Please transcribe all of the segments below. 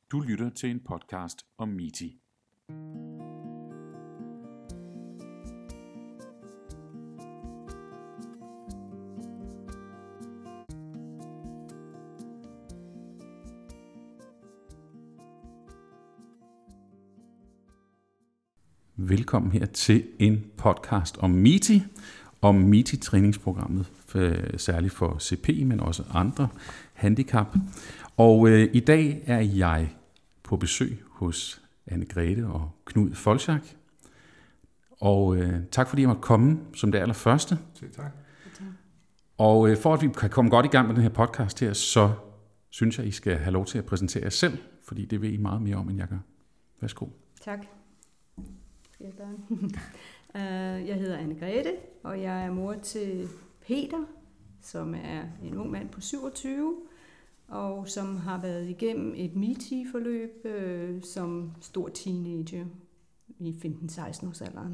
Du lytter til en podcast om MITI. Velkommen her til en podcast om MITI, om MITI-træningsprogrammet, særligt for CP, men også andre handicap. Og i dag er jeg på besøg hos Anne-Grethe og Knud Folczak. Og tak fordi jeg måtte komme som det allerførste. Selv tak. Og for at vi kan komme godt i gang med den her podcast her, så synes jeg, I skal have lov til at præsentere jer selv, fordi det ved I meget mere om, end jeg gør. Værsgo. Tak. Jeg hedder Anne-Grethe, og jeg er mor til Peter, som er en ung mand på 27, og som har været igennem et MITI-forløb som stor teenager i 15-16 års alderen.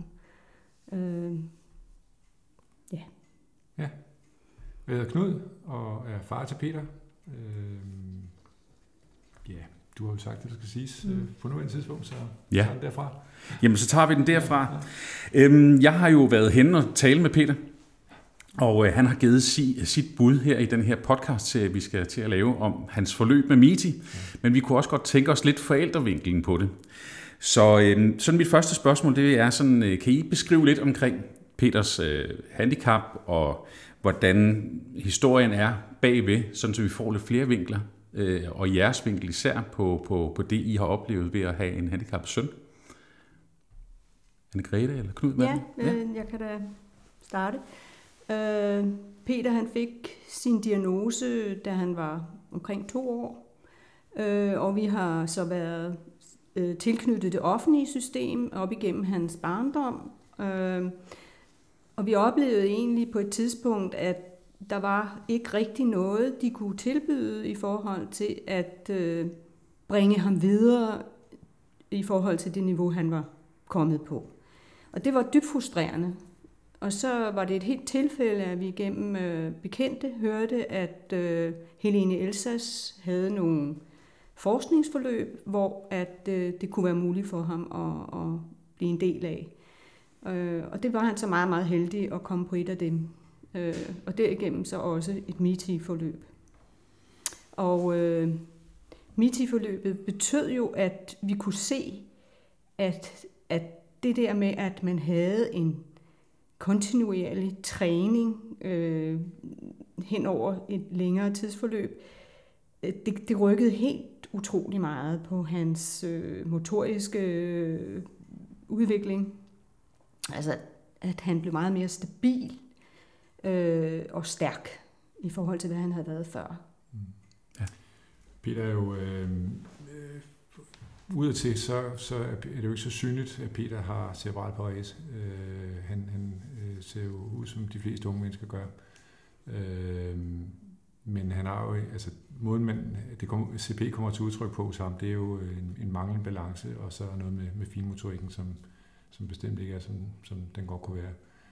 Ja. Jeg hedder Knud, og er far til Peter. Du har jo sagt, det skal siges på nuværende tidspunkt, så tager den derfra. Jamen, så tager vi den derfra. Jeg har jo været henne og tale med Peter, og han har givet sit bud her i den her podcast, vi skal til at lave om hans forløb med MITI. Men vi kunne også godt tænke os lidt forældrevinkelen på det. Så sådan mit første spørgsmål, det er sådan, kan I beskrive lidt omkring Peters handicap, og hvordan historien er bagved, sådan så vi får lidt flere vinkler, og jeres vinkel især på det, I har oplevet ved at have en handicappet søn? Anne-Grethe eller Knud? Jeg kan da starte. Peter han fik sin diagnose, da han var omkring 2 år, og vi har så været tilknyttet det offentlige system op igennem hans barndom, og vi oplevede egentlig på et tidspunkt, at der var ikke rigtig noget, de kunne tilbyde i forhold til at bringe ham videre i forhold til det niveau, han var kommet på. Og det var dybt frustrerende. Og så var det et helt tilfælde, at vi gennem bekendte hørte, at Helene Elsas havde nogle forskningsforløb, hvor at det kunne være muligt for ham at blive en del af. Og det var han så meget, meget heldig at komme på et af dem. Og derigennem så også et MITI-forløb. Og MITI-forløbet betød jo, at vi kunne se, at det der med, at man havde en kontinuerlig træning hen over et længere tidsforløb, det rykkede helt utrolig meget på hans motoriske udvikling. Altså, at han blev meget mere stabil og stærk i forhold til, hvad han havde været før. Ja. Peter er jo udadtil, så er det jo ikke så synligt, at Peter har cerebral parese. Han ser jo ud, som de fleste unge mennesker gør. Men han har jo, altså måden CP kommer til udtryk på sammen, det er jo en manglende balance, og så noget med finmotorikken, som bestemt ikke er, som den godt kunne være.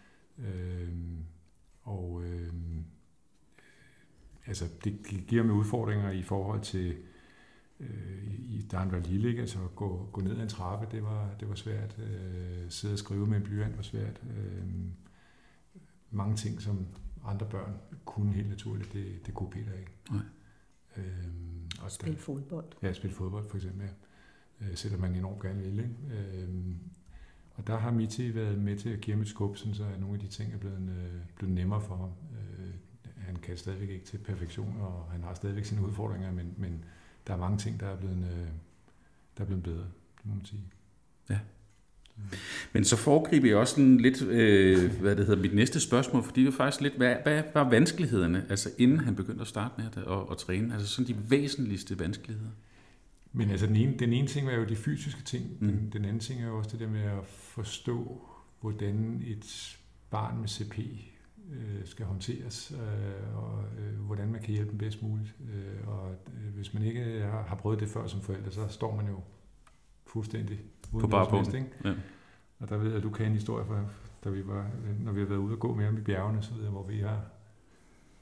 Altså det giver mig udfordringer i forhold til, da han var lille, ikke? Altså at gå ned ad en trappe, det var svært. Sidde og skrive med en blyant var svært. Mange ting, som andre børn kunne helt naturligt, det kunne Peter ikke. Nej. Spille fodbold. Ja, spille fodbold for eksempel, ja. Selvom man enormt gerne vil, ikke? Og der har MITI været med til at give ham et skub, så at nogle af de ting er blevet nemmere for ham. Han kan stadigvæk ikke til perfektion, og han har stadigvæk sine udfordringer, men der er mange ting, der er blevet bedre, det må man sige. Ja. Men så foregriber jeg også sådan lidt, mit næste spørgsmål, fordi det er faktisk lidt, hvad var vanskelighederne, altså inden han begyndte at starte med at træne, altså sådan de væsentligste vanskeligheder? Men altså den ene ting var jo de fysiske ting, den anden ting er jo også det der med at forstå, hvordan et barn med CP skal håndteres, og hvordan man kan hjælpe dem bedst muligt. Og hvis man ikke har prøvet det før som forælder, så står man jo fuldstændig uden på bare ikke? Ja. Og der ved jeg, at du kan en historie fra, når vi har været ude og gå med ham i bjergene, så videre, hvor vi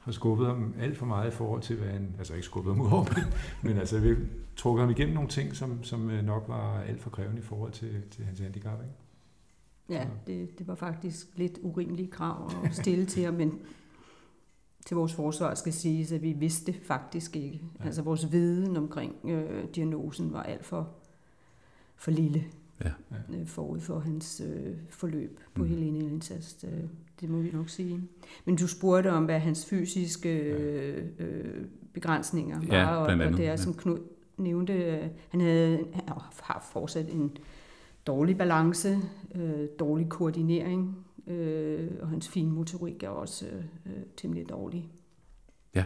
har skubbet ham alt for meget i forhold til, hvad han, altså ikke skubbet ham ud over, men altså vi trukket ham igennem nogle ting, som nok var alt for krævende i forhold til hans handicap, ikke? Ja, det var faktisk lidt urimelige krav at stille til ham, men til vores forsvar skal siges, at vi vidste faktisk ikke. Ja. Altså vores viden omkring diagnosen var alt for lille forud for hans forløb på Helene Elensas. Det må vi nok sige. Men du spurgte om, hvad hans fysiske begrænsninger var, og det er, som Knud nævnte, han har fortsat en dårlig balance, dårlig koordinering, og hans finmotorik er også temmelig dårlig. Ja.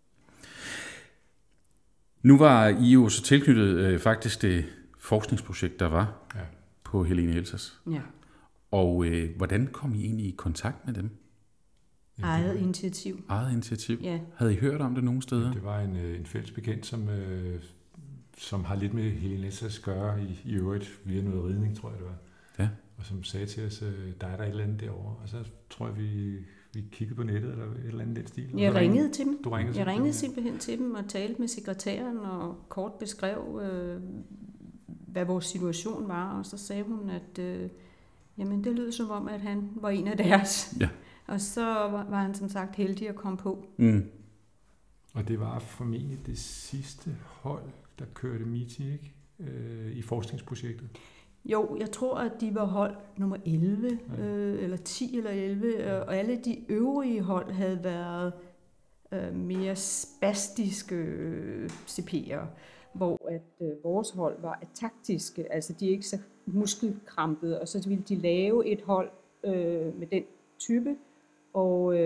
Nu var I jo så tilknyttet faktisk det forskningsprojekt, der var på Helene Elsas. Ja. Og hvordan kom I egentlig i kontakt med dem? Eget initiativ. Eget initiativ? Ja. Havde I hørt om det nogen steder? Det var en fælles bekendt, som har lidt med Helene Elsas at gøre i øvrigt via noget ridning, tror jeg det var. Ja. Og som sagde til os, der er der et eller andet derovre. Og så tror jeg, vi kiggede på nettet, eller et eller andet den stil. Jeg ringede til dem. Jeg ringede simpelthen til dem og talte med sekretæren og kort beskrev, hvad vores situation var. Og så sagde hun, at jamen, det lød som om, at han var en af deres. Ja. Og så var han som sagt heldig at komme på. Mm. Og det var formentlig det sidste hold, der kørte MITI, ikke? I forskningsprojektet. Jo, jeg tror, at de var hold nummer 11, eller 10 eller 11, og alle de øvrige hold havde været mere spastiske CP'er, hvor at vores hold var taktiske, altså de er ikke så muskelkrampede, og så ville de lave et hold med den type, og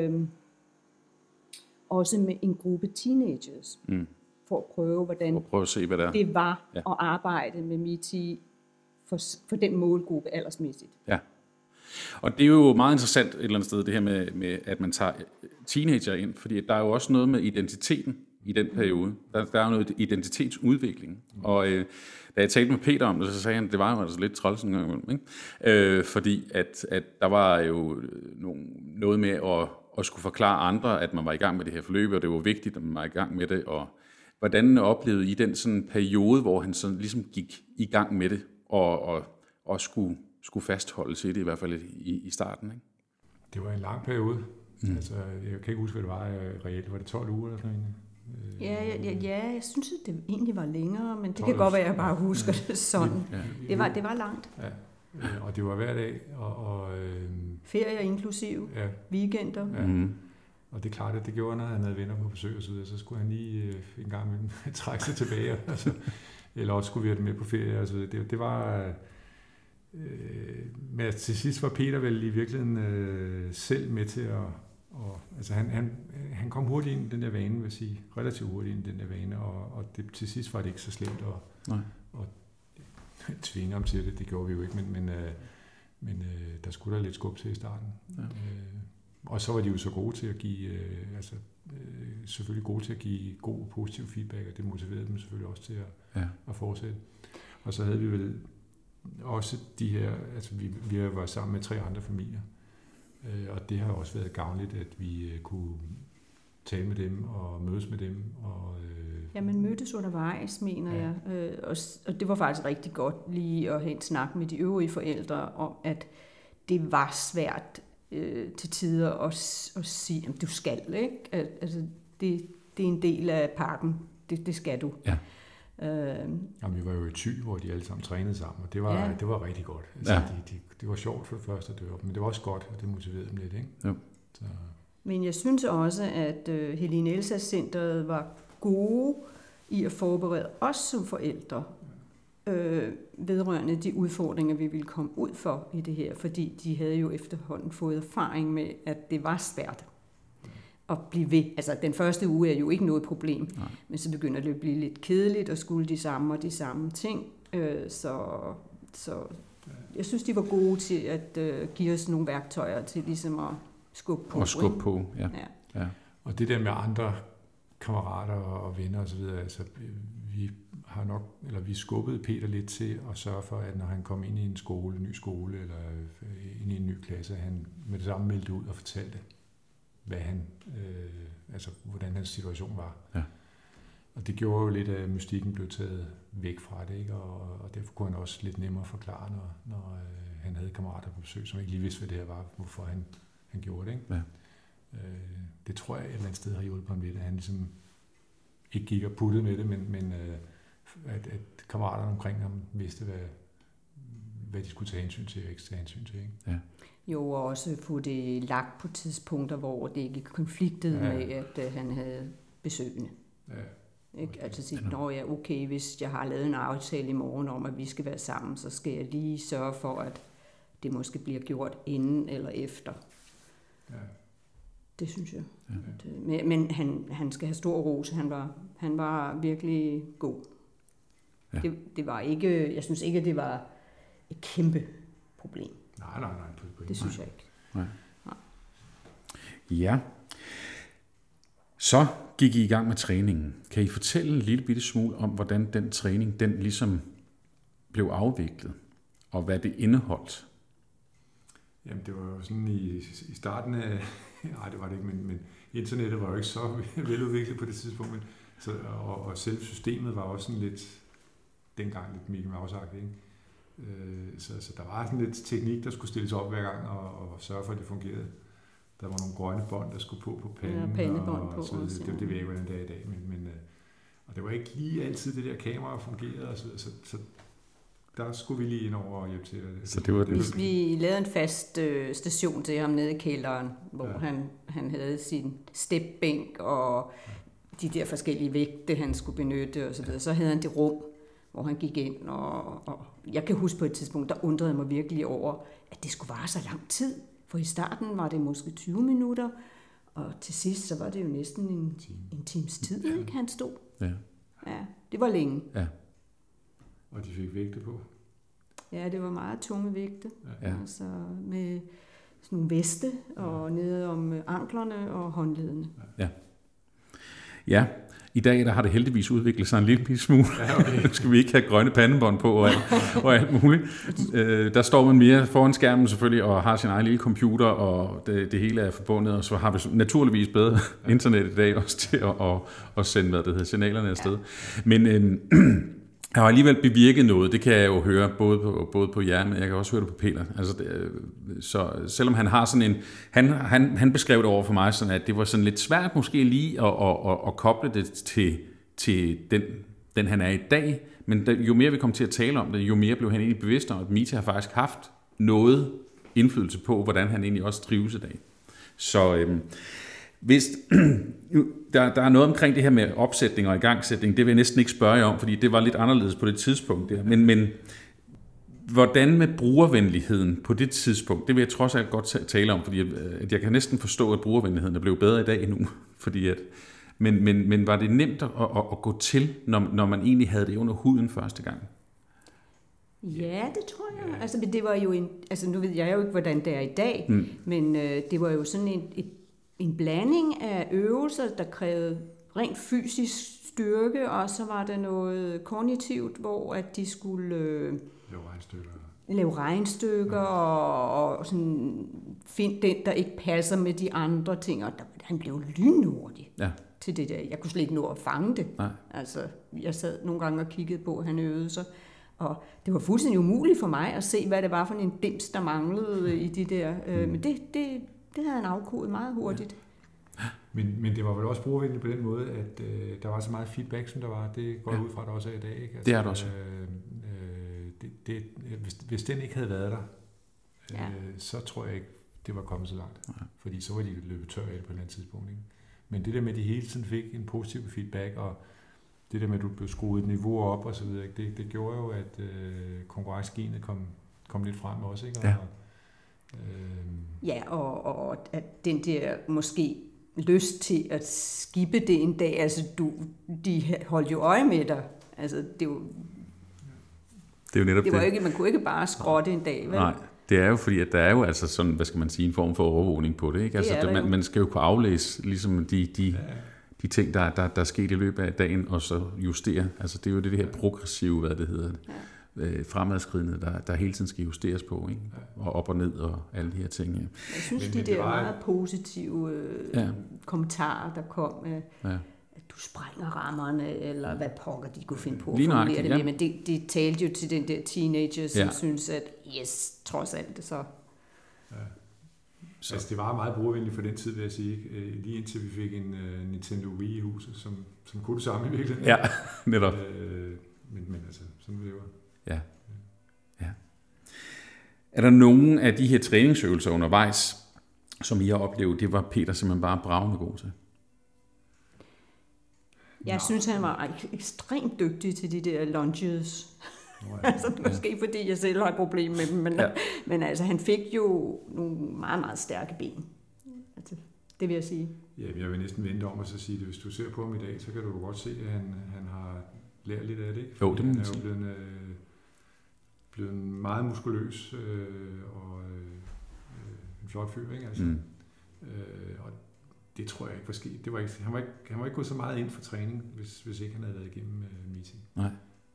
også med en gruppe teenagers, for at prøve, hvordan at se, hvad det var at arbejde med MITI for den målgruppe aldersmæssigt. Ja. Og det er jo meget interessant et eller andet sted, det her med at man tager teenager ind, fordi der er jo også noget med identiteten i den periode. Der er jo noget identitetsudvikling. Og da jeg talte med Peter om det, så sagde han, at det var jo altså lidt træls en gang imellem, ikke? Fordi at der var jo noget med at skulle forklare andre, at man var i gang med det her forløb, og det var vigtigt, at man var i gang med det. Og hvordan oplevede I den sådan periode, hvor han sådan ligesom gik i gang med det, og skulle fastholde til det, i hvert fald i starten, ikke? Det var en lang periode. Altså, jeg kan ikke huske, hvad det var reelt. Var det 12 uger eller sådan noget? Ja, jeg synes, at det egentlig var længere, men det kan godt være, at jeg bare husker det sådan. Ja. Det var langt. Ja. Og det var hver dag. Og ferier inklusiv, weekender. Ja. Og det er klart, at det gjorde, når han havde venner på besøg og så videre, så skulle han lige en gang imellem trække sig tilbage. Altså, eller også skulle vi have det med på ferie og så videre. Det var... men til sidst var Peter vel i virkeligheden selv med til at altså han kom hurtigt ind i den der vane, vil jeg sige, relativt hurtigt ind i den der vane, og det, til sidst var det ikke så slemt at tvinge ham til det. Det gjorde vi jo ikke, men der skulle der lidt skub til i starten. Ja. Og så var de jo så gode til at give, selvfølgelig gode til at give god og positiv feedback, og det motiverede dem selvfølgelig også til at fortsætte. Og så havde vi vel også de her, altså vi var sammen med 3 andre familier, og det har også været gavnligt, at vi kunne tale med dem og mødes med dem. Ja, man mødtes undervejs, mener jeg, og det var faktisk rigtig godt lige at have en snak med de øvrige forældre om, at det var svært til tider at sige, at du skal, ikke? Altså, det er en del af pakken, det skal du. Ja. Jamen, vi var jo i Thy, hvor de alle sammen trænede sammen, og det var rigtig godt. Altså, det var sjovt for det første at døre op, men det var også godt, og det motiverede dem lidt, ikke? Jo. Så. Men jeg synes også, at Helene Elsas Centeret var gode i at forberede os som forældre vedrørende de udfordringer, vi ville komme ud for i det her, fordi de havde jo efterhånden fået erfaring med, at det var svært at blive ved. Altså, den første uge er jo ikke noget problem, men så begynder det at blive lidt kedeligt og skulle de samme ting. Så jeg synes, de var gode til at give os nogle værktøjer til ligesom at skubbe på. Og skubbe på, ja. Og det der med andre kammerater og venner osv., altså vi skubbede Peter lidt til at sørge for, at når han kom ind i en ny skole, eller ind i en ny klasse, han med det samme meldte ud og fortalte, hvad han, altså hvordan hans situation var. Ja. Og det gjorde jo lidt, at mystikken blev taget væk fra det, ikke? Og derfor kunne han også lidt nemmere forklare, når han havde kammerater på besøg, som ikke lige vidste, hvad det her var, hvorfor han gjorde det. Ikke? Ja. Det tror jeg et eller andet sted har hjulpet ham lidt, at han ligesom ikke gik og puttede med det, men at kammeraterne omkring ham vidste, hvad de skulle tage hensyn til og ikke tage hensyn til. Ikke? Ja. Jo, og også få det lagt på tidspunkter, hvor det ikke konfliktede med, at han havde besøgende. Ja. Ikke? Altså sige, okay, hvis jeg har lavet en aftale i morgen om, at vi skal være sammen, så skal jeg lige sørge for, at det måske bliver gjort inden eller efter. Ja. Det synes jeg. Ja. Men han skal have stor ros. Han var virkelig god. Ja. Det var ikke, jeg synes ikke, at det var et kæmpe problem. Nej. Det synes jeg ikke. Nej. Ja. Så gik I gang med træningen. Kan I fortælle en lille bitte smule om, hvordan den træning, den ligesom blev afviklet, og hvad det indeholdt? Jamen, det var jo sådan i starten af... Nej, det var det ikke, men internettet var jo ikke så veludviklet på det tidspunkt. Og selve systemet var også sådan lidt, dengang lidt Mickey Mouse-agtigt, ikke? Så der var sådan lidt teknik, der skulle stilles op hver gang, og sørge for, at det fungerede. Der var nogle grønne bånd, der skulle på panden. Ja, pandebånd på. Det ved jeg ikke, hvordan det er i dag. Men, og det var ikke lige altid det der kamera fungerede, så der skulle vi lige ind over og hjælpe til. Så det var det. Vi lavede en fast station til ham nede i kælderen, hvor han havde sin stepbænk og de der forskellige vægte, han skulle benytte og så videre. Så havde han det rum, hvor han gik ind, og jeg kan huske på et tidspunkt, der undrede jeg mig virkelig over, at det skulle vare så lang tid. For i starten var det måske 20 minutter, og til sidst så var det jo næsten en times tid, ikke, han stod. Ja, det var længe. Ja. Og de fik vægte på? Ja, det var meget tunge vægte. Ja. Altså med sådan nogle veste og nede om anklerne og håndledene. Ja. I dag der har det heldigvis udviklet sig en lille smule. Ja, okay. Nu skal vi ikke have grønne pandebånd på og alt muligt. Der står man mere foran skærmen selvfølgelig og har sin egen lille computer, og det hele er forbundet, og så har vi naturligvis bedre internet i dag også til at sende signalerne afsted. Men jeg har alligevel bevirket noget, det kan jeg jo høre både på jer, men jeg kan også høre det på Peter. Altså, så selvom han har sådan en... Han beskrev det over for mig, sådan at det var sådan lidt svært måske lige at koble det til den han er i dag, men jo mere vi kom til at tale om det, jo mere blev han egentlig bevidst om, at Mita har faktisk haft noget indflydelse på, hvordan han egentlig også trives i dag. Så... Hvis der er noget omkring det her med opsætning og igangsætning, det vil jeg næsten ikke spørge jer om, fordi det var lidt anderledes på det tidspunkt der. Men hvordan med brugervenligheden på det tidspunkt, det vil jeg trods alt godt tale om, fordi at jeg kan næsten forstå, at brugervenligheden er blevet bedre i dag nu. Fordi men var det nemt at gå til, når man egentlig havde det under huden første gang? Ja, det tror jeg. Altså, det var jo nu ved jeg jo ikke, hvordan det er i dag, men det var jo sådan en blanding af øvelser, der krævede rent fysisk styrke, og så var der noget kognitivt, hvor at de skulle lave regnestykker og sådan finde den, der ikke passer med de andre ting, og han blev lynhurtig til det der. Jeg kunne slet ikke nå at fange det. Nej. Altså, jeg sad nogle gange og kiggede på, at han øvede sig, og det var fuldstændig umuligt for mig at se, hvad det var for en dims, der manglede i de der, men det havde han afkodet meget hurtigt. Men det var vel også brugervenligt på den måde, at der var så meget feedback, som der var. Det går ud fra, der også er i dag. Ikke? Altså, det er det også. Hvis den ikke havde været der, så tror jeg ikke, det var kommet så langt. Ja. Fordi så var de løbet tør af det på et eller andet tidspunkt. Ikke? Men det der med, at de hele tiden fik en positiv feedback, og det der med, at du blev skruet et niveau op og så videre, det gjorde jo, at konkurrencegenet kom lidt frem også. Ikke? Og at den der måske lyst til at skippe det en dag, altså de holdt jo øje med dig. Altså det var netop det. Var ikke, man kunne ikke bare skrotte en dag, vel? Nej, det er jo fordi, at der er jo altså sådan, hvad skal man sige, en form for overvågning på det, ikke? Altså man skal jo kunne aflæse ligesom de ting, der er sket i løbet af dagen, og så justere. Altså det er jo det her progressive, hvad det hedder, fremadskridende, der hele tiden skal justeres på, ikke? Og op og ned og alle de her ting. Ja. Jeg synes, de der meget positive kommentarer, der kom, at du sprænger rammerne, eller hvad pokker de kunne finde på at formulere det med. Men det talte jo til den der teenager, som synes, at yes, trods alt det så... Ja. Så. Altså, det var meget brugervenligt for den tid, vil jeg sige. Lige indtil vi fik en Nintendo Wii i huset, som kunne det samme i virkeligheden. Ja, netop. Men altså, sådan det var. Ja. Er der nogen af de her træningsøvelser undervejs, som I har oplevet, det var Peter simpelthen bare bravende god til? Jeg synes, han var ekstremt dygtig til de der lunges. Altså, måske fordi jeg selv har et problem med dem, men altså, han fik jo nogle meget, meget stærke ben. Altså, det vil jeg sige. Ja, jeg vil næsten vente om at så sige det. Hvis du ser på ham i dag, så kan du godt se, at han har lært lidt af det. Ikke? Jo, det må han er jo blevet meget muskuløs og en flot fyr, ikke? Altså, og det tror jeg ikke var sket. Det var ikke, han var ikke gået så meget ind for træning, hvis ikke han havde været igennem meeting. Nej.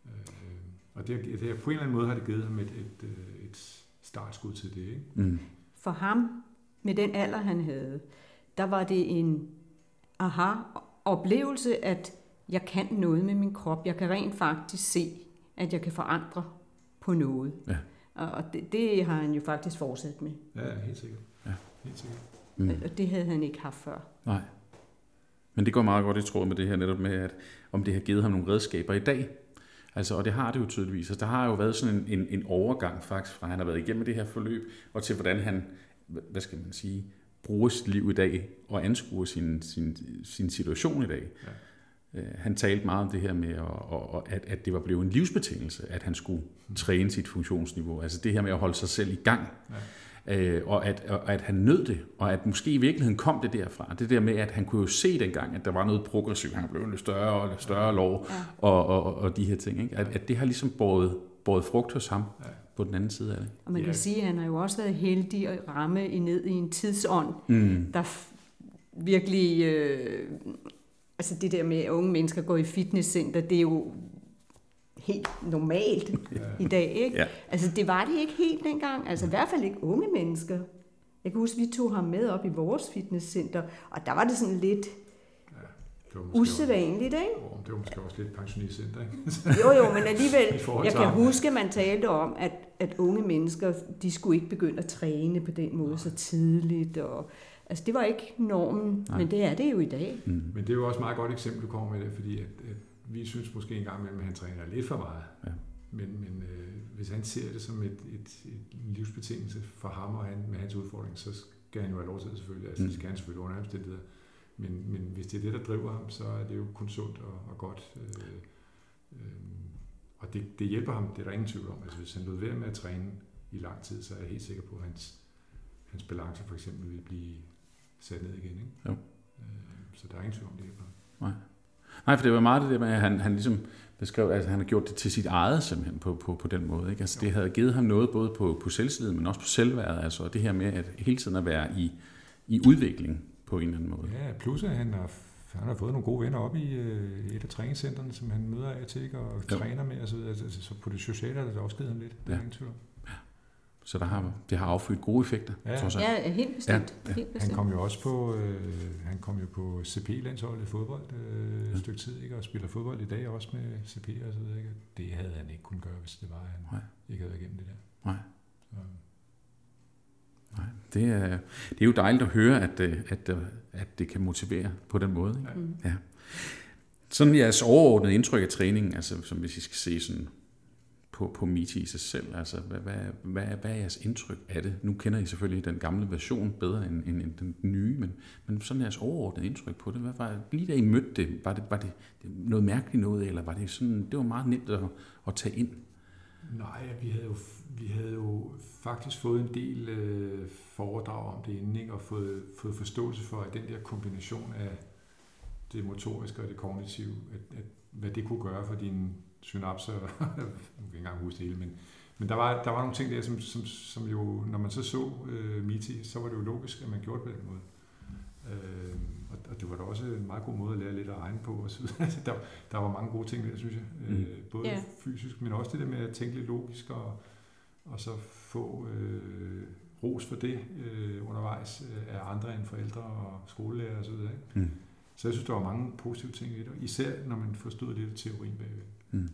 Og det, på en eller anden måde har det givet ham et startskud til det. Ikke? Mm. For ham, med den alder han havde, der var det en aha-oplevelse, at jeg kan noget med min krop. Jeg kan rent faktisk se, at jeg kan forandre på noget. Ja. Og det har han jo faktisk fortsat med. Ja, helt sikkert. Ja. Helt sikkert. Og det havde han ikke haft før. Nej. Men det går meget godt i tråd med det her, netop med, at om det har givet ham nogle redskaber i dag. Altså, og det har det jo tydeligvis. Altså, der har jo været sådan en overgang faktisk, fra han har været igennem det her forløb, og til hvordan han, hvad skal man sige, bruger sit liv i dag, og anskuer sin situation i dag. Ja. Han talte meget om det her med, at det var blevet en livsbetingelse, at han skulle træne sit funktionsniveau. Altså det her med at holde sig selv i gang. Ja. Og at han nød det, og at måske i virkeligheden kom det derfra. Det der med, at han kunne jo se dengang, at der var noget progressivt. Han blev lidt større og lidt større lov, og de her ting. Ikke? At det har ligesom båret frugt hos ham på den anden side af det. Og man kan sige, at han har jo også været heldig at ramme ned i en tidsånd, der virkelig... altså det der med, at unge mennesker går i fitnesscenter, det er jo helt normalt i dag, ikke? Ja. Altså, det var det ikke helt dengang. Altså, i hvert fald ikke unge mennesker. Jeg kan huske, vi tog ham med op i vores fitnesscenter, og der var det sådan lidt usædvanligt, ikke? Det var måske også lidt pensionistcenter, ikke? jo, men alligevel, jeg kan huske, at man talte om, at unge mennesker, de skulle ikke begynde at træne på den måde så tidligt, og altså, det var ikke normen, men det er det jo i dag. Men det er jo også et meget godt eksempel, du kommer med det, fordi at vi synes måske engang imellem, at han træner lidt for meget. Ja. Men hvis han ser det som et livsbetingelse for ham og med hans udfordring, så skal han jo have lov til det selvfølgelig. Altså, det skal han selvfølgelig under omstændigheder. Men hvis det er det, der driver ham, så er det jo kun sundt og godt. Og det hjælper ham, det er der ingen tvivl om. Altså, hvis han lød ved med at træne i lang tid, så er jeg helt sikker på, at hans balance for eksempel vil blive sat ned igen. Ikke? Jo. Så der er ingen tvivl om det hjælper ham. Nej, for det var meget det der med, at han ligesom beskrev, at han har gjort det til sit eget simpelthen på den måde. Ikke? Altså, det havde givet ham noget både på selvtillid, men også på selvværd. Altså det her med at hele tiden at være i udvikling på en eller anden måde. Ja, plus at han har fået nogle gode venner op i et af træningscentrene, som han møder af til og træner med og så videre. Altså, så på det sociale har det også givet ham lidt. Det er ingen tvivl om. Så det har affødt gode effekter. Ja, helt bestemt. Ja. Helt bestemt. Han kom jo også på CP-landsholdet i fodbold et stykke tid, ikke? Og spiller fodbold i dag også med CP og så videre. Ikke? Det havde han ikke kunnet gøre, hvis det var, han ikke havde været igennem det der. Nej. Nej, det er jo dejligt at høre, at det kan motivere på den måde. Ikke? Ja. Sådan jeres overordnede indtryk af træningen, altså som hvis I skal se sådan på Meaty i sig selv, altså hvad er jeres indtryk af det? Nu kender I selvfølgelig den gamle version bedre end den nye, men sådan jeres overordnede indtryk på det, hvad var det? Lige da I mødte det, var det noget mærkeligt noget, eller var det sådan, det var meget nemt at tage ind? Nej, vi havde jo faktisk fået en del foredrag om det inden, ikke? Og fået forståelse for, at den der kombination af det motoriske og det kognitive, at hvad det kunne gøre for dine synapser, jeg kan ikke engang huske det hele, men der var nogle ting der, som jo, når man så Meaty, så var det jo logisk, at man gjorde det på den måde. og det var da også en meget god måde at lære lidt at regne på. Og så altså, der var mange gode ting der, synes jeg. Både fysisk, men også det der med at tænke lidt logisk, og så få ros for det undervejs af andre end forældre og skolelærer og så videre. Ikke? Så jeg synes, der var mange positive ting i det, især når man forstod lidt af teorien bagved.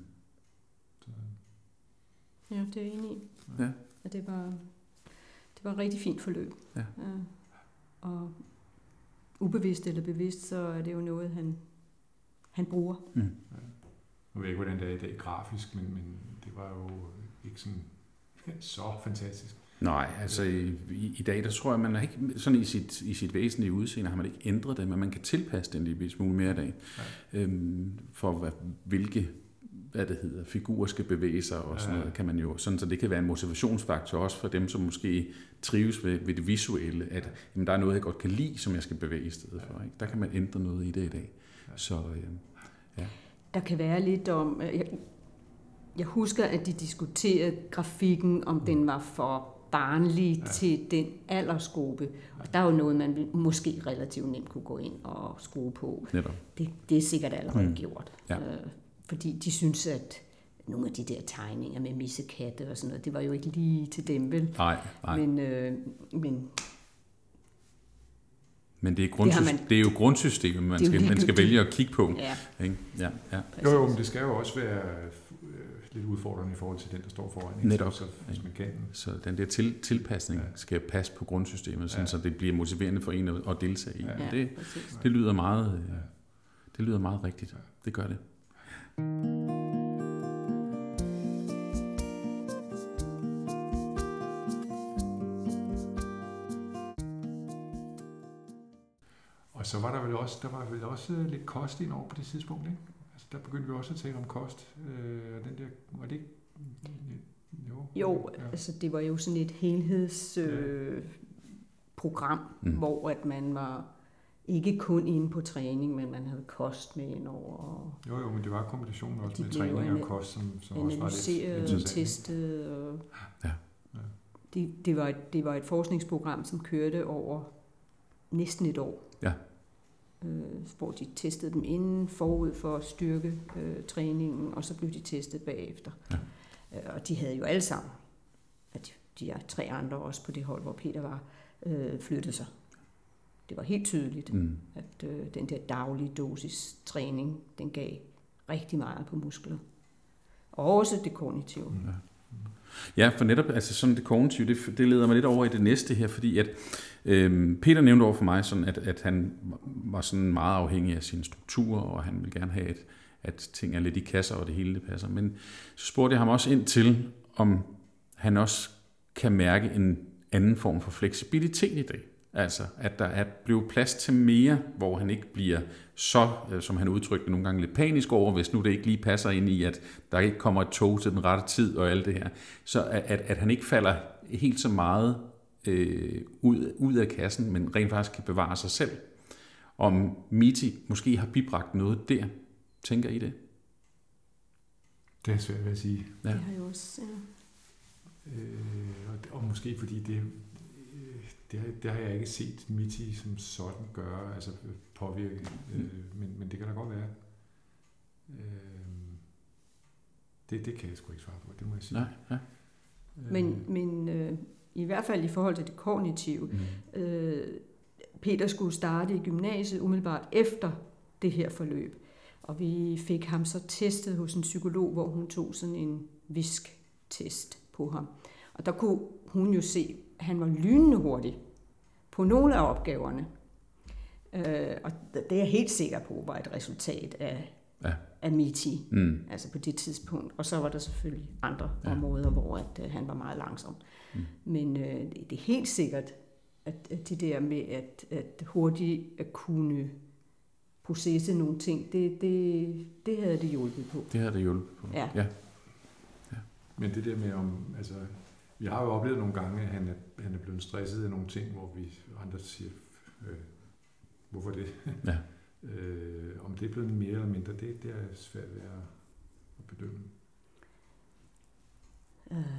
Ja, det er jeg enig i. Ja. At det var et rigtig fint forløb. Ja. Og ubevidst eller bevidst, så er det jo noget, han bruger. Ja. Nu ved jeg ikke, hvordan det er i dag grafisk, men det var jo ikke sådan så fantastisk. Nej, altså i dag, der tror jeg, man er ikke sådan i sit væsentlige udseende, har man ikke ændret det, men man kan tilpasse det en lille smule mere i dag. Ja. For hvilke figurer skal bevæge sig og sådan noget, kan man jo, sådan så det kan være en motivationsfaktor også for dem, som måske trives ved det visuelle, at jamen, der er noget, jeg godt kan lide, som jeg skal bevæge i stedet for. Ikke? Der kan man ændre noget i det i dag. Så ja. Der kan være lidt om, jeg husker, at de diskuterede grafikken, om den var for barnlig til den aldersgruppe. Og der er jo noget, man måske relativt nemt kunne gå ind og skrue på. Det er sikkert allerede gjort. Ja. Fordi de synes, at nogle af de der tegninger med missekatte og sådan noget, det var jo ikke lige til dem, vel? Nej. Men det er jo grundsystemet, man skal vælge at kigge på. Ja. Ikke? Ja. Jo, men det skal jo også være lidt udfordrende i forhold til den, der står foran. Ikke? Netop. Så, hvis man kan. Så den der tilpasning skal passe på grundsystemet, sådan, så det bliver motiverende for en at deltage i. Ja. Det lyder meget, det lyder meget rigtigt. Det gør det. Og så var der vel også lidt kost ind over på det tidspunkt, ikke? Altså der begyndte vi også at tale om kost. Den der, var det ikke? Jo, altså det var jo sådan et helhedsprogram, hvor at man var ikke kun inde på træning, men man havde kost med ind over. Jo, men det var kombinationen også med træning og kost, som også var lidt interessant. Testet. Og det var et forskningsprogram, som kørte over næsten et år. Ja. Hvor de testede dem inden forud for at styrke træningen, og så blev de testet bagefter. Ja. Og de havde jo alle sammen, at de er 3 andre også på det hold, hvor Peter var, flyttede sig. Det var helt tydeligt, at den der daglige dosis træning, den gav rigtig meget på muskler. Og også det kognitive. Ja, for netop altså sådan det kognitive, det leder mig lidt over i det næste her, fordi at Peter nævnte over for mig, sådan at han var sådan meget afhængig af sine strukturer, og han ville gerne have, at ting er lidt i kasser, og det hele det passer. Men så spurgte jeg ham også ind til, om han også kan mærke en anden form for fleksibilitet i dag. Altså, at der er blevet plads til mere, hvor han ikke bliver så, som han udtrykte nogle gange, lidt panisk over, hvis nu det ikke lige passer ind i, at der ikke kommer et tog til den rette tid og alt det her. Så at han ikke falder helt så meget ud af kassen, men rent faktisk kan bevare sig selv. Om Miti måske har bibragt noget der. Tænker I det? Det er svært ved at sige. Ja. Det har jeg også, og måske fordi det har jeg ikke set Miti som sådan gøre, altså påvirke, men det kan da godt være. Det kan jeg sgu ikke svare på, det må jeg sige. Nej, ja. Men i hvert fald i forhold til det kognitive, Peter skulle starte i gymnasiet umiddelbart efter det her forløb, og vi fik ham så testet hos en psykolog, hvor hun tog sådan en visk-test på ham. Og der kunne hun jo se, at han var lynende hurtig på nogle af opgaverne. Og det er jeg helt sikker på, var et resultat af Miti, altså på det tidspunkt. Og så var der selvfølgelig andre områder, hvor at han var meget langsom. Men det er helt sikkert, at det der med at hurtigt at kunne processe nogle ting, det havde det hjulpet på. Det havde det hjulpet på, ja. Men det der med altså, vi har jo oplevet nogle gange, at han er blevet stresset af nogle ting, hvor vi andre siger, hvorfor det? Ja. Om det er blevet mere eller mindre, det er svært ved at bedømme.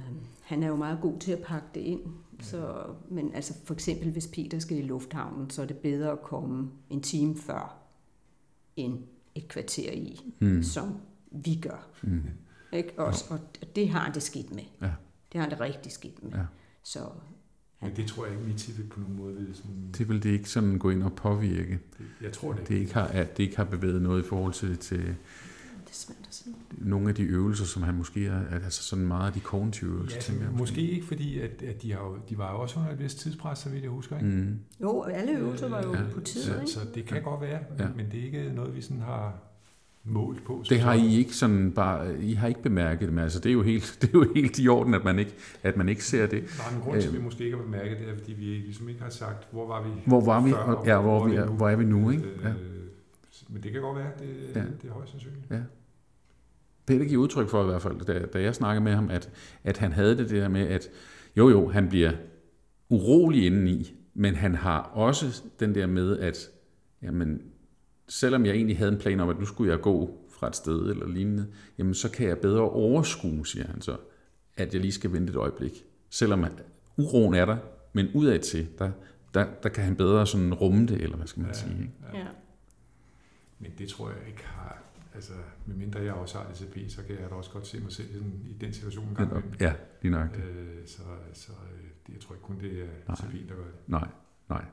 han er jo meget god til at pakke det ind. Så, men altså for eksempel, hvis Peter skal i lufthavnen, så er det bedre at komme en time før, end et kvarter i, som vi gør. Ikke? Og det har han det skidt med. Ja. Det har han det rigtig skidt med. Ja. Så, men det tror jeg ikke, Miti vil på nogen måde vil sådan... Det vil det ikke sådan gå ind og påvirke. Jeg tror det ikke. Det ikke har bevæget noget i forhold til det er svært at sige. Nogle af de øvelser, som han måske er, altså sådan meget af de kognitive øvelser. Ja, tænker jeg måske ikke, fordi at de var jo også under et vist tidspres, så vidt jeg husker, ikke? Jo, alle øvelser var jo på tid, ikke? Så det kan godt være, men det er ikke noget, vi sådan har målt på. Det har I ikke sådan bare, I har ikke bemærket det, men altså det er jo helt i orden, at man ikke ser det. Nej, men grund til, at vi måske ikke har bemærket det, er, fordi vi ligesom ikke har sagt, hvor var vi før, hvor er vi nu, ikke? Ja. Men det kan godt være, det er højst sandsynligt. Ja. Peter giver udtryk for i hvert fald, da jeg snakkede med ham, at han havde det der med, at jo, han bliver urolig indeni, men han har også den der med, at jamen, selvom jeg egentlig havde en plan om, at nu skulle jeg gå fra et sted eller lignende, jamen så kan jeg bedre overskue, siger han så, at jeg lige skal vente et øjeblik. Selvom uroen er der, men udad til, der kan han bedre sådan rumme det, eller hvad skal man sige. Ikke? Ja. Men det tror jeg ikke har, altså medmindre jeg også har DCP, så kan jeg da også godt se mig selv i den situation en gang. Ja, lige nok. Så jeg tror ikke kun det er DCP, der gør det. Nej.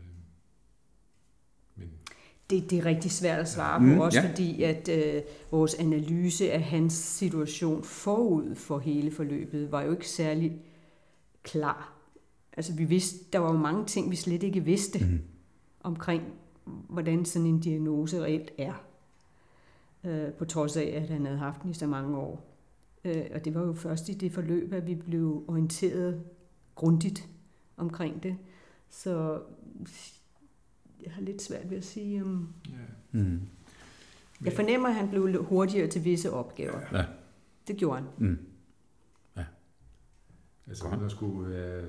Men det er rigtig svært at svare på, også fordi at vores analyse af hans situation forud for hele forløbet var jo ikke særlig klar. Altså vi vidste, der var jo mange ting, vi slet ikke vidste omkring, hvordan sådan en diagnose reelt er. På trods af, at han havde haft den i så mange år. Og det var jo først i det forløb, at vi blev orienteret grundigt omkring det. Så jeg har lidt svært ved at sige, om... Jeg fornemmer, at han blev hurtigere til visse opgaver. Ja. Det gjorde han. Ja. Altså uden at skulle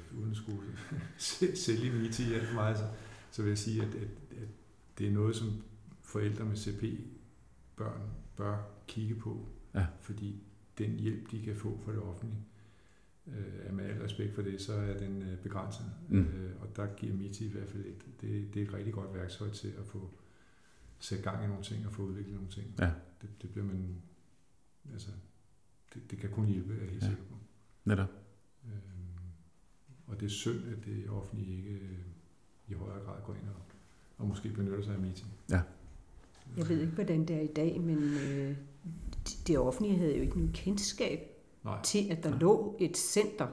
sælge Miti alt for meget, så vil jeg sige, at det er noget, som forældre med CP-børn bør kigge på. Ja. Fordi den hjælp, de kan få fra det offentlige, med al respekt for det, så er den begrænset. Og der giver Miti i hvert fald det er et rigtig godt værktøj til at få sat gang i nogle ting og få udviklet nogle ting. Ja. Det bliver man, altså, det kan kun hjælpe, er jeg helt sikker på. Netop. Og det er synd, at det offentlige ikke i højere grad går ind og måske benytter sig af Miti. Ja. Jeg ved ikke, hvordan det er i dag, men det offentlige havde jo ikke nogen kendskab til, at der lå et center,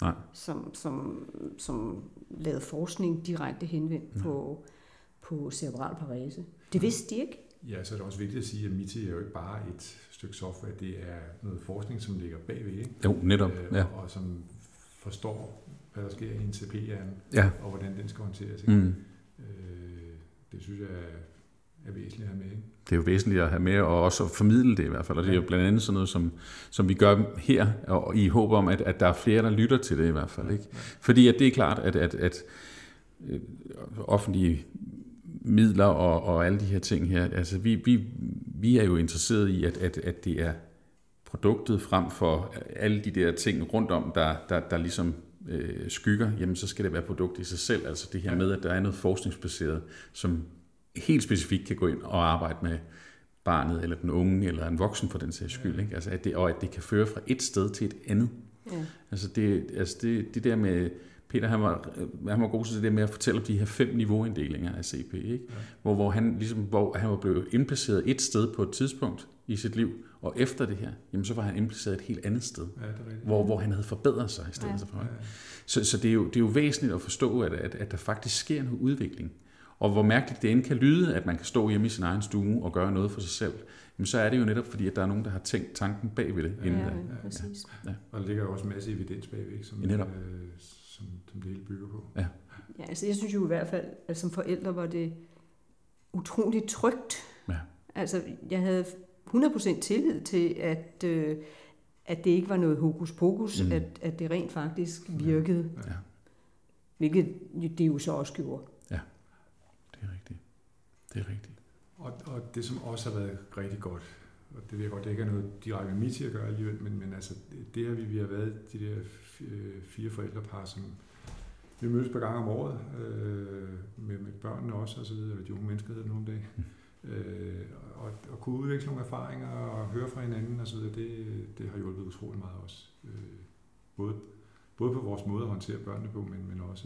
som lavede forskning direkte henvendt på cerebral parese. Det vidste de ikke. Ja, så er det også vigtigt at sige, at Miti er jo ikke bare et stykke software, det er noget forskning, som ligger bagved, ikke? Jo, netop. Og som forstår, hvad der sker i en CP-hjerne, og hvordan den skal håndteres. Ikke? Det synes jeg er væsentligt at have med, ikke? Det er jo væsentligt at have med, og også at formidle det i hvert fald. Og det er jo blandt andet sådan noget, som vi gør her, og i håb om, at der er flere, der lytter til det i hvert fald. Ikke? Fordi at det er klart, at offentlige midler og alle de her ting her, altså vi er jo interesseret i, at det er produktet frem for alle de der ting rundt om, der ligesom skygger, jamen så skal det være produktet i sig selv. Altså det her med, at der er noget forskningsbaseret, som helt specifikt kan gå ind og arbejde med barnet, eller den unge, eller en voksen for den sags skyld. Ikke? Altså at det kan føre fra et sted til et andet. Ja. Altså det der med, Peter han var god til det der med at fortælle om de her 5 niveauinddelinger af CP, ikke? Ja. Hvor han var blevet indplaceret et sted på et tidspunkt i sit liv, og efter det her, jamen så var han indplaceret et helt andet sted, hvor han havde forbedret sig i stedet for. Så det er jo væsentligt at forstå, at der faktisk sker noget udvikling. Og hvor mærkeligt det end kan lyde, at man kan stå hjemme i sin egen stue og gøre noget for sig selv, jamen så er det jo netop fordi, at der er nogen, der har tænkt tanken bagved det. Præcis. Ja. Og der ligger jo også en masse evidens bagved, som det hele bygger på. Ja. Ja, altså jeg synes jo i hvert fald, at som forældre var det utroligt trygt. Ja. Altså jeg havde 100% tillid til, at det ikke var noget hokus pokus, at det rent faktisk virkede. Ja. Hvilket det jo så også gjorde. Ja, det er rigtigt. Og det, som også har været rigtig godt det ved jeg godt, det ikke er noget direkte med MITI at gøre alligevel, men altså, det her, vi har været de der 4 forældrepar, som vi mødes på gang om året, med børnene også, og så videre, eller de unge mennesker hedder det nogle dage. Og kunne udveksle nogle erfaringer og høre fra hinanden og så videre, det har hjulpet utrolig meget også. Både på vores måde at håndtere børnene på, men også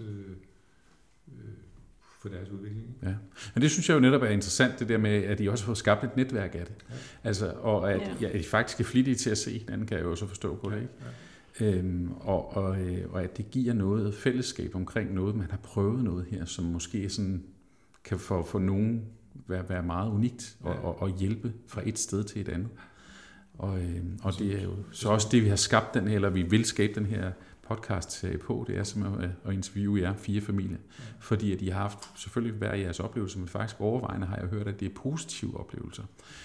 for deres udvikling. Ja, men det synes jeg jo netop er interessant, det der med, at I også har skabt et netværk af det. Ja. Altså, og at I faktisk er flittige til at se hinanden, kan jeg jo også forstå på det, ikke? Ja. Og at det giver noget fællesskab omkring noget, man har prøvet noget her, som måske sådan kan for nogen være meget unikt og hjælpe fra et sted til et andet. Og det er jo så også det, vi har skabt den her, eller vi vil skabe den her podcast på, det er simpelthen at interviewe jer 4 familier. Fordi at I har haft selvfølgelig hver jeres oplevelser, men faktisk overvejende har jeg hørt, at det er positive oplevelser.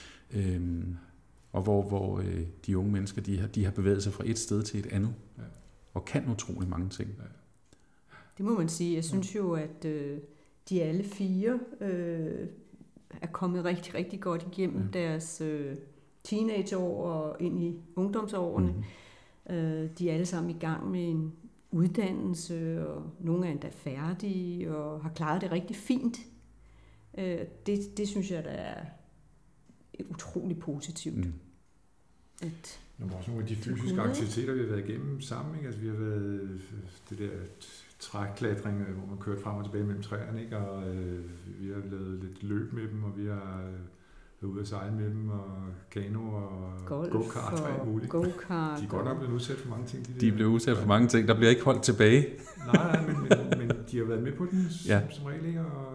Og hvor de unge mennesker, de har bevæget sig fra et sted til et andet. Og kan utrolig mange ting. Det må man sige. Jeg synes jo, at de alle 4 er kommet rigtig, rigtig godt igennem deres teenageår og ind i ungdomsårene. De er alle sammen i gang med en uddannelse, og nogle er endda færdige og har klaret det rigtig fint. Det synes jeg, der er utrolig positivt. Også nogle af de fysiske aktiviteter, vi har været igennem sammen. Ikke? Altså, vi har været det der træklatring, hvor man kørte frem og tilbage mellem træerne, ikke? Og vi har lavet lidt løb med dem, og vi har ude at sejle med dem, og kano og go-kart og alt muligt. Go-kart. De er godt nok blevet udsat for mange ting. De blev udsat for mange ting. Der bliver ikke holdt tilbage. Nej, men de har været med på den som regel, ikke? Og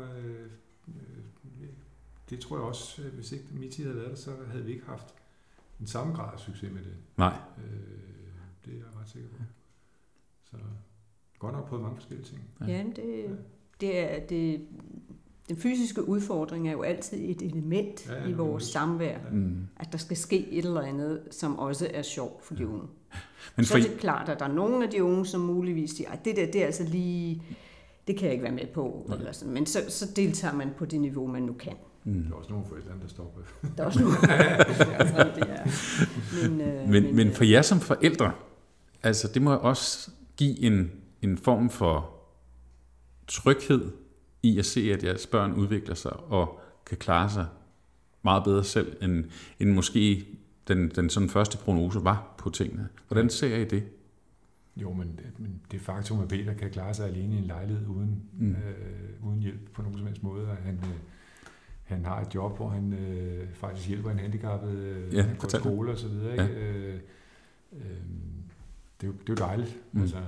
det tror jeg også, hvis ikke MITI havde været der, så havde vi ikke haft den samme grad af succes med det. Nej. Det er jeg ret sikker på. Så godt nok prøvet mange forskellige ting. Ja, det den fysiske udfordring er jo altid et element i vores samvær. At der skal ske et eller andet, som også er sjovt for de unge. Men så er det klart, at der er nogle af de unge, som muligvis siger, at det er altså lige, det kan jeg ikke være med på. Eller sådan. Men så deltager man på det niveau, man nu kan. Der er også nogle forældre, der stopper. Der er også nogle. Men for jer som forældre, altså det må også give en form for tryghed i at se, at jeres børn udvikler sig og kan klare sig meget bedre selv, end måske den sådan første prognose var på tingene. Hvordan ser I det? Jo, men det faktum, at Peter kan klare sig alene i en lejlighed uden hjælp på nogen som helst måde, og han har et job, hvor han faktisk hjælper en handicappet på skole og så videre. Ja. Det er jo dejligt. Altså,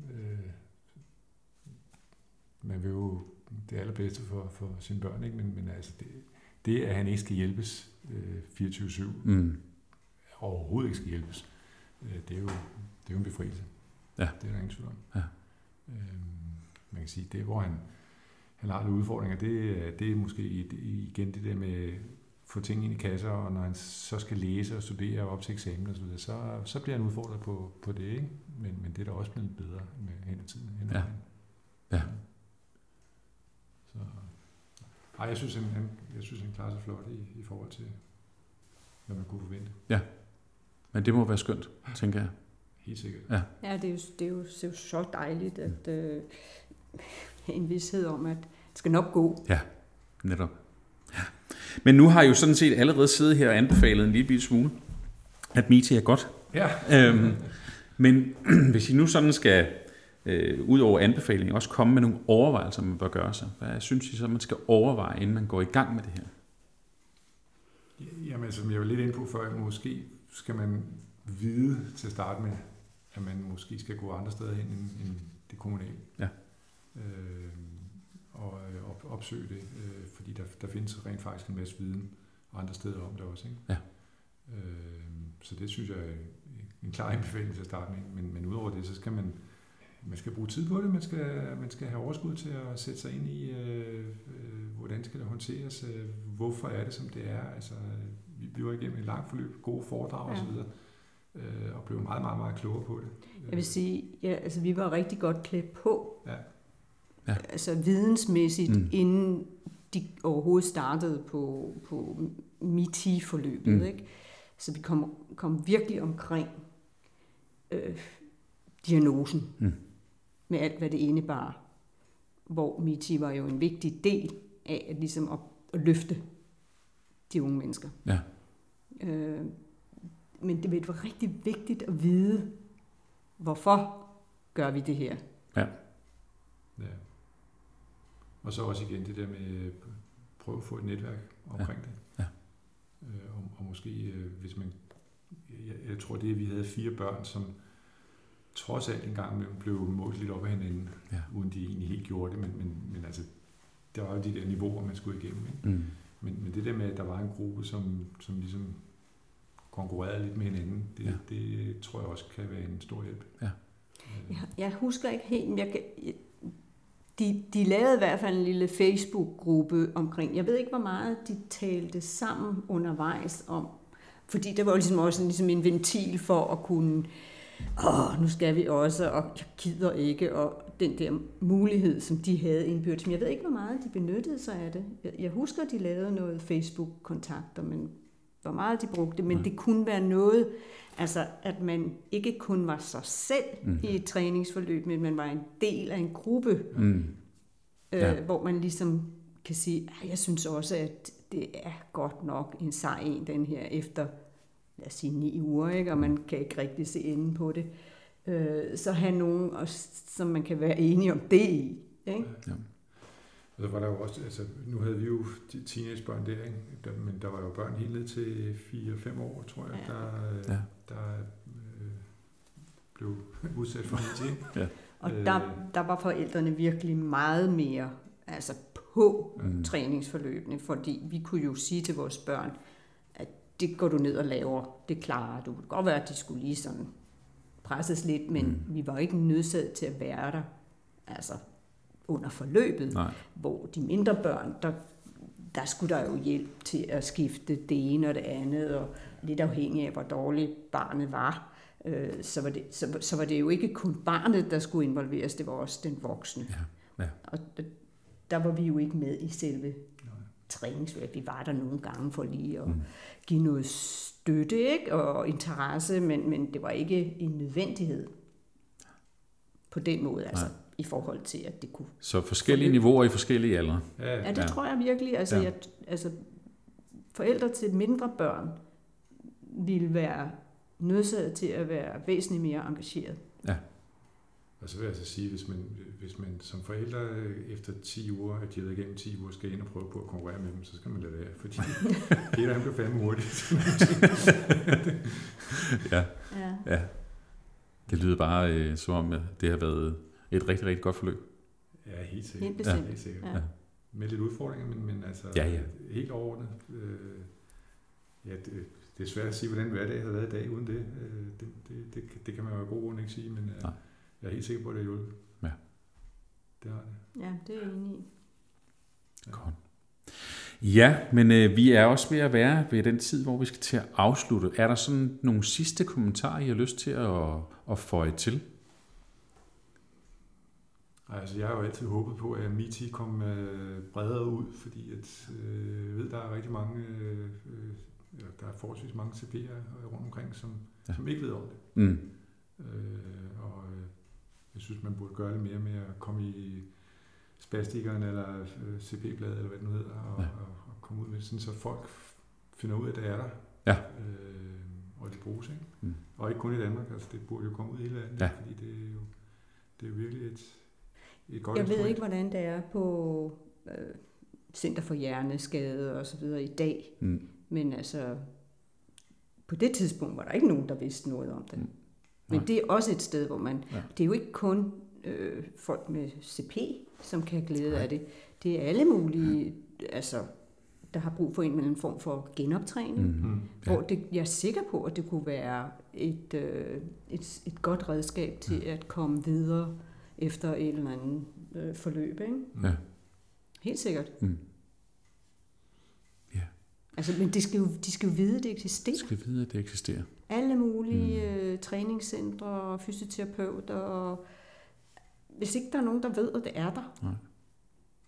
man vil jo det allerbedste for sine børn, ikke? Men altså det, at han ikke skal hjælpes 24/7, overhovedet ikke skal hjælpes, det er jo en befrielse. Ja. Det er der ingen tvivl om. Ja. Man kan sige, det hvor han har lidt udfordringer, det er måske igen det der med at få ting ind i kasser, og når han så skal læse og studere op til eksamen og så bliver han udfordret på det, ikke? Men det er da også blevet bedre med hen i tiden. Ja. Så, jeg synes, han klarer sig flot i forhold til, hvad man kunne forvente. Ja, men det må være skønt, tænker jeg. Helt sikkert. Ja, det er jo så dejligt, at en vished om, at det skal nok gå. Ja, netop. Ja. Men nu har I jo sådan set allerede siddet her og anbefalet en lille smule, at MITI er godt. Ja. Men hvis I nu sådan skal ud over anbefalingen også komme med nogle overvejelser, man bør gøre sig. Hvad synes I så, man skal overveje, inden man går i gang med det her? Jamen, som jeg var lidt inde på før, måske skal man vide til at starte med, at man måske skal gå andre steder hen end det kommunale. Ja. Og opsøge det, fordi der findes rent faktisk en masse viden andre steder om det også. Ikke? Ja. Så det synes jeg er en klar anbefaling til at starte med. Men udover det, så skal man skal bruge tid på det. Man skal have overskud til at sætte sig ind i, hvordan skal det håndteres, hvorfor er det, som det er. Altså, vi var igennem et langt forløb, gode foredrag osv., og blev meget, meget, meget klogere på det. Jeg vil sige, altså, vi var rigtig godt klædt på, Ja. altså vidensmæssigt, inden de overhovedet startede på MITI-forløbet. Ikke? Så vi kom virkelig omkring diagnosen, med alt, hvad det indebar. Hvor MITI var jo en vigtig del af at, ligesom at løfte de unge mennesker. Ja. Men det var rigtig vigtigt at vide, hvorfor gør vi det her. Ja. Ja. Og så også igen det der med prøve at få et netværk omkring det. Ja. Og måske, hvis man... Jeg tror, det vi havde 4 børn, som trods alt en gang imellem blev målt lidt op af hinanden, uden de egentlig helt gjorde det, men altså, der var jo de der niveauer, man skulle igennem. Ikke? Men det der med, at der var en gruppe, som ligesom konkurrerede lidt med hinanden, det tror jeg også kan være en stor hjælp. Ja. Jeg husker ikke helt, men de lavede i hvert fald en lille Facebook-gruppe omkring. Jeg ved ikke, hvor meget de talte sammen undervejs om, fordi der var jo ligesom også en ventil for at kunne, nu skal vi også, og jeg gider ikke, og den der mulighed, som de havde indbyrdes. Men jeg ved ikke, hvor meget de benyttede sig af det. Jeg husker, at de lavede noget Facebook-kontakter, men hvor meget de brugte, men det kunne være noget, altså at man ikke kun var sig selv i et træningsforløb, men man var en del af en gruppe, hvor man ligesom kan sige, jeg synes også, at det er godt nok en sej en, den her, efter, lad os sige, 9 uger, ikke? Og man kan ikke rigtig se enden på det. Så have nogen, som man kan være enige om det i. Ikke? Ja. Og så var der jo også, altså nu havde vi jo teenagebørn der, ikke? Men der var jo børn helt ned til 4-5 år, tror jeg, der blev udsat for det. Ja. Og der var forældrene virkelig meget mere altså på træningsforløbene, fordi vi kunne jo sige til vores børn, at det går du ned og laver, det klarer du. Det kan godt være, at de skulle lige sådan presses lidt, men vi var ikke nødsaget til at være der, altså under forløbet. Nej. Hvor de mindre børn, der skulle der jo hjælp til at skifte det ene og det andet, og lidt afhængig af, hvor dårligt barnet var, så var det jo ikke kun barnet, der skulle involveres, det var også den voksne. Ja. Ja. Og der var vi jo ikke med i selve træningsforløbet. Vi var der nogle gange for lige at give noget støtte, ikke? Og interesse, men det var ikke en nødvendighed på den måde, altså i forhold til, at det kunne... Så forskellige niveauer i forskellige aldre. Ja, det tror jeg virkelig. Altså, forældre til mindre børn ville være nødsaget til at være væsentligt mere engageret. Ja. Og så vil jeg altså sige, hvis man som forældre efter 10 uger, at de har været igennem 10 uger, skal ind og prøve på at konkurrere med dem, så skal man lade være, fordi Peter han blev fandme hurtigt. Ja. Det lyder bare som om, at det har været et rigtig, rigtig godt forløb. Ja, helt sikkert. Helt sikkert. Ja. Med lidt udfordringer, men altså helt overordnet. Det er svært at sige, hvordan hverdag havde været i dag uden det. Det kan man jo af god grund ikke sige, men jeg er helt sikker på, at det er hjulpet. Ja. Det har det. Ja, det er jeg enig i. Godt. Ja, men vi er også ved at være ved den tid, hvor vi skal til at afslutte. Er der sådan nogle sidste kommentarer, I har lyst til at føje til? Altså, jeg har jo altid håbet på, at MITI kom bredere ud, fordi jeg ved, der er rigtig mange, der er forholdsvis mange CP'er rundt omkring, som ikke ved om det. Og jeg synes, man burde gøre det mere med at komme i spastikeren eller CP-bladet, eller hvad det nu hedder, og komme ud med sådan, så folk finder ud af, at det er der. Ja. Og det bruges, ikke? Og ikke kun i Danmark, altså det burde jo komme ud i hele landet, fordi det er jo virkelig et godt Jeg ved ikke, hvordan det er på Center for Hjerneskade og så videre i dag, men altså på det tidspunkt var der ikke nogen, der vidste noget om det. Men det er også et sted, hvor man... Det er jo ikke kun folk med CP, som kan have glæde af det. Det er alle mulige, altså, der har brug for en eller anden form for genoptræning. Hvor jeg er sikker på, at det kunne være et godt redskab til at komme videre efter et eller andet forløb. Ikke? Ja. Helt sikkert. Altså, men de skal jo vide, at det eksisterer. De skal vide, at det eksisterer. Alle mulige træningscentre og fysioterapeuter. Og hvis ikke der er nogen, der ved, at det er der. Nej.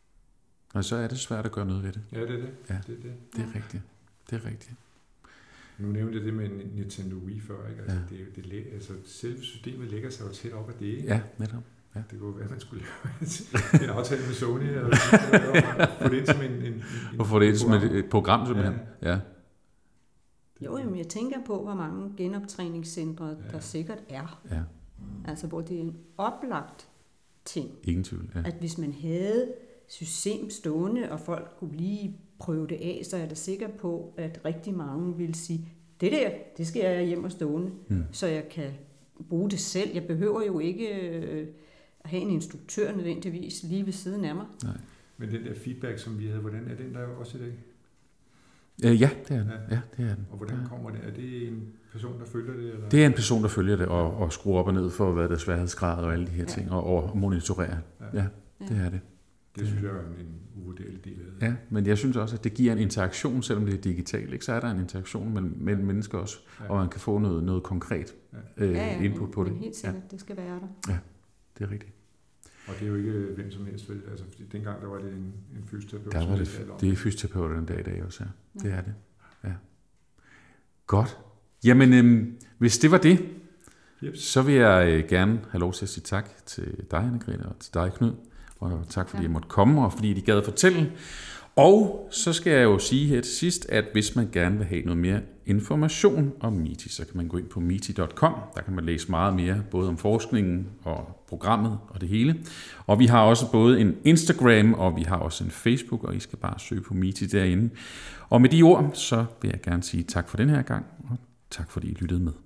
Og så er det svært at gøre noget ved det. Ja, det er det. Ja, det er rigtigt. Det er rigtigt. Nu nævnte jeg det med Nintendo Wii før, ikke? Altså, altså selve systemet lægger sig jo tæt op af det, ikke? Ja, netop. Ja. Det kunne være, at man skulle lave en aftale med Sony, eller få det ind som og få det ind som et program, simpelthen. Ja. Jo, jamen jeg tænker på, hvor mange genoptræningscentre der sikkert er. Ja. Altså, hvor det er en oplagt ting. Ingen tvivl, ja. At hvis man havde system stående, og folk kunne lige prøve det af, så er jeg da sikker på, at rigtig mange vil sige, det skal jeg hjem og stående, så jeg kan bruge det selv. Jeg behøver jo ikke at have en instruktør nødvendigvis lige ved siden af mig. Nej. Men den der feedback, som vi havde, hvordan er den der også i dag? Ja, det er den. Ja, det er den. Og hvordan kommer det? Er det en person, der følger det? Eller? Det er en person, der følger det og skruer op og ned for, hvad der er sværhedsgrad og alle de her ting, og monitorerer. Ja, det er det. Det synes jeg er en uvurderlig del af det. Ja, men jeg synes også, at det giver en interaktion, selvom det er digitalt. Ikke? Så er der en interaktion mellem mennesker også, og man kan få noget konkret input på det. Helt sikkert, det skal være der. Ja, det er rigtigt. Og det er jo ikke hvem som helst, vel? Altså, dengang der var det en fysioterapeut. Der var det er fysioterapeuter den dag i dag også, ja. Det er det. Ja. Godt. Jamen, hvis det var det, så vil jeg gerne have lov til at sige tak til dig, Anne-Grethe, og til dig, Knud. Og tak, fordi jeg måtte komme, og fordi de gad at fortælle. Og så skal jeg jo sige her til sidst, at hvis man gerne vil have noget mere information om MITI, så kan man gå ind på miti.com. Der kan man læse meget mere, både om forskningen og programmet og det hele. Og vi har også både en Instagram, og vi har også en Facebook, og I skal bare søge på MITI derinde. Og med de ord, så vil jeg gerne sige tak for den her gang, og tak fordi I lyttede med.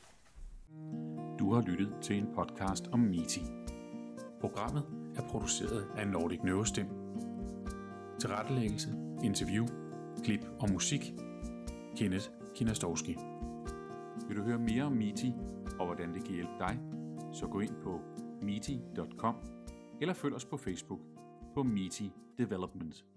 Du har lyttet til en podcast om MITI. Programmet er produceret af Nordic Neurostim. Tilrettelæggelse, interview, klip og musik. Kenneth Kinastowski. Vil du høre mere om MITI og hvordan det kan hjælpe dig, så gå ind på miti.com eller følg os på Facebook på MITI Development.